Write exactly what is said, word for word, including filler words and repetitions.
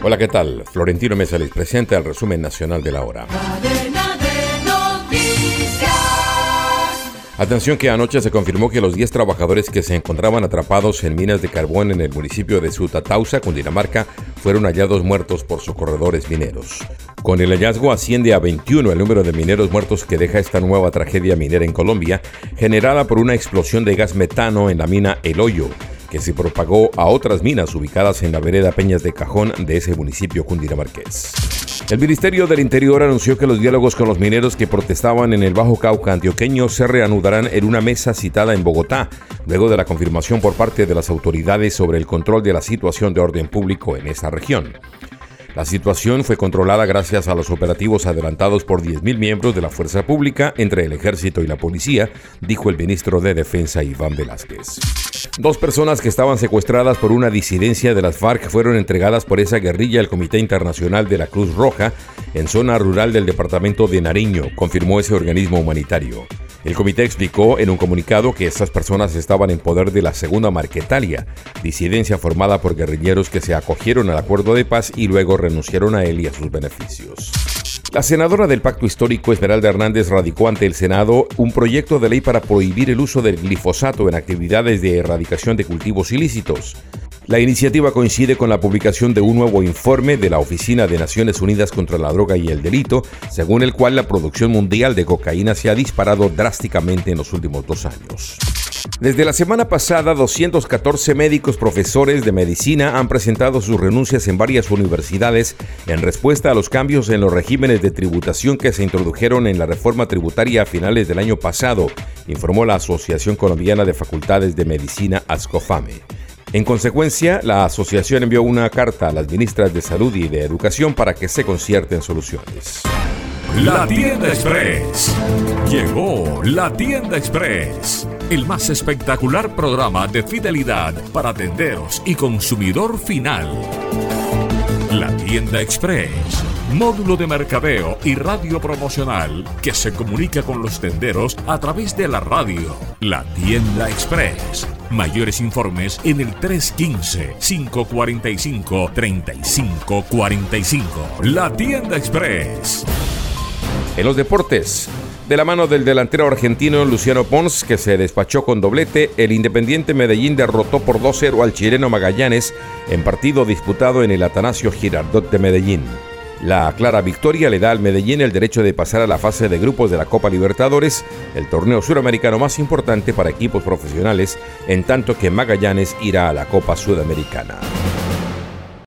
Hola, ¿qué tal? Florentino Mesa les presenta el resumen nacional de la hora. Atención que anoche se confirmó que los diez trabajadores que se encontraban atrapados en minas de carbón en el municipio de Sutatausa, Cundinamarca, fueron hallados muertos por socorredores mineros. Con el hallazgo asciende a veintiuno el número de mineros muertos que deja esta nueva tragedia minera en Colombia, generada por una explosión de gas metano en la mina El Hoyo, que se propagó a otras minas ubicadas en la vereda Peñas de Cajón de ese municipio cundinamarqués. El Ministerio del Interior anunció que los diálogos con los mineros que protestaban en el Bajo Cauca antioqueño se reanudarán en una mesa citada en Bogotá, luego de la confirmación por parte de las autoridades sobre el control de la situación de orden público en esta región. La situación fue controlada gracias a los operativos adelantados por diez mil miembros de la fuerza pública entre el ejército y la policía, dijo el ministro de Defensa Iván Velázquez. Dos personas que estaban secuestradas por una disidencia de las FARC fueron entregadas por esa guerrilla al Comité Internacional de la Cruz Roja en zona rural del departamento de Nariño, confirmó ese organismo humanitario. El comité explicó en un comunicado que estas personas estaban en poder de la Segunda Marquetalia, disidencia formada por guerrilleros que se acogieron al acuerdo de paz y luego renunciaron a él y a sus beneficios. La senadora del Pacto Histórico, Esmeralda Hernández, radicó ante el Senado un proyecto de ley para prohibir el uso del glifosato en actividades de erradicación de cultivos ilícitos. La iniciativa coincide con la publicación de un nuevo informe de la Oficina de Naciones Unidas contra la Droga y el Delito, según el cual la producción mundial de cocaína se ha disparado drásticamente en los últimos dos años. Desde la semana pasada, doscientos catorce médicos profesores de medicina han presentado sus renuncias en varias universidades en respuesta a los cambios en los regímenes de tributación que se introdujeron en la reforma tributaria a finales del año pasado, informó la Asociación Colombiana de Facultades de Medicina, ASCOFAME. En consecuencia, la asociación envió una carta a las ministras de Salud y de Educación para que se concierten soluciones. La Tienda Express. Llegó La Tienda Express, el más espectacular programa de fidelidad para tenderos y consumidor final. La Tienda Express, módulo de mercadeo y radio promocional que se comunica con los tenderos a través de la radio. La Tienda Express. Mayores informes en el tres uno cinco, cinco cuatro cinco, tres cinco cuatro cinco. La Tienda Express. En los deportes, de la mano del delantero argentino Luciano Pons, que se despachó con doblete, el Independiente Medellín derrotó por dos cero al chileno Magallanes en partido disputado en el Atanasio Girardot de Medellín. La clara victoria le da al Medellín el derecho de pasar a la fase de grupos de la Copa Libertadores, el torneo suramericano más importante para equipos profesionales, en tanto que Magallanes irá a la Copa Sudamericana.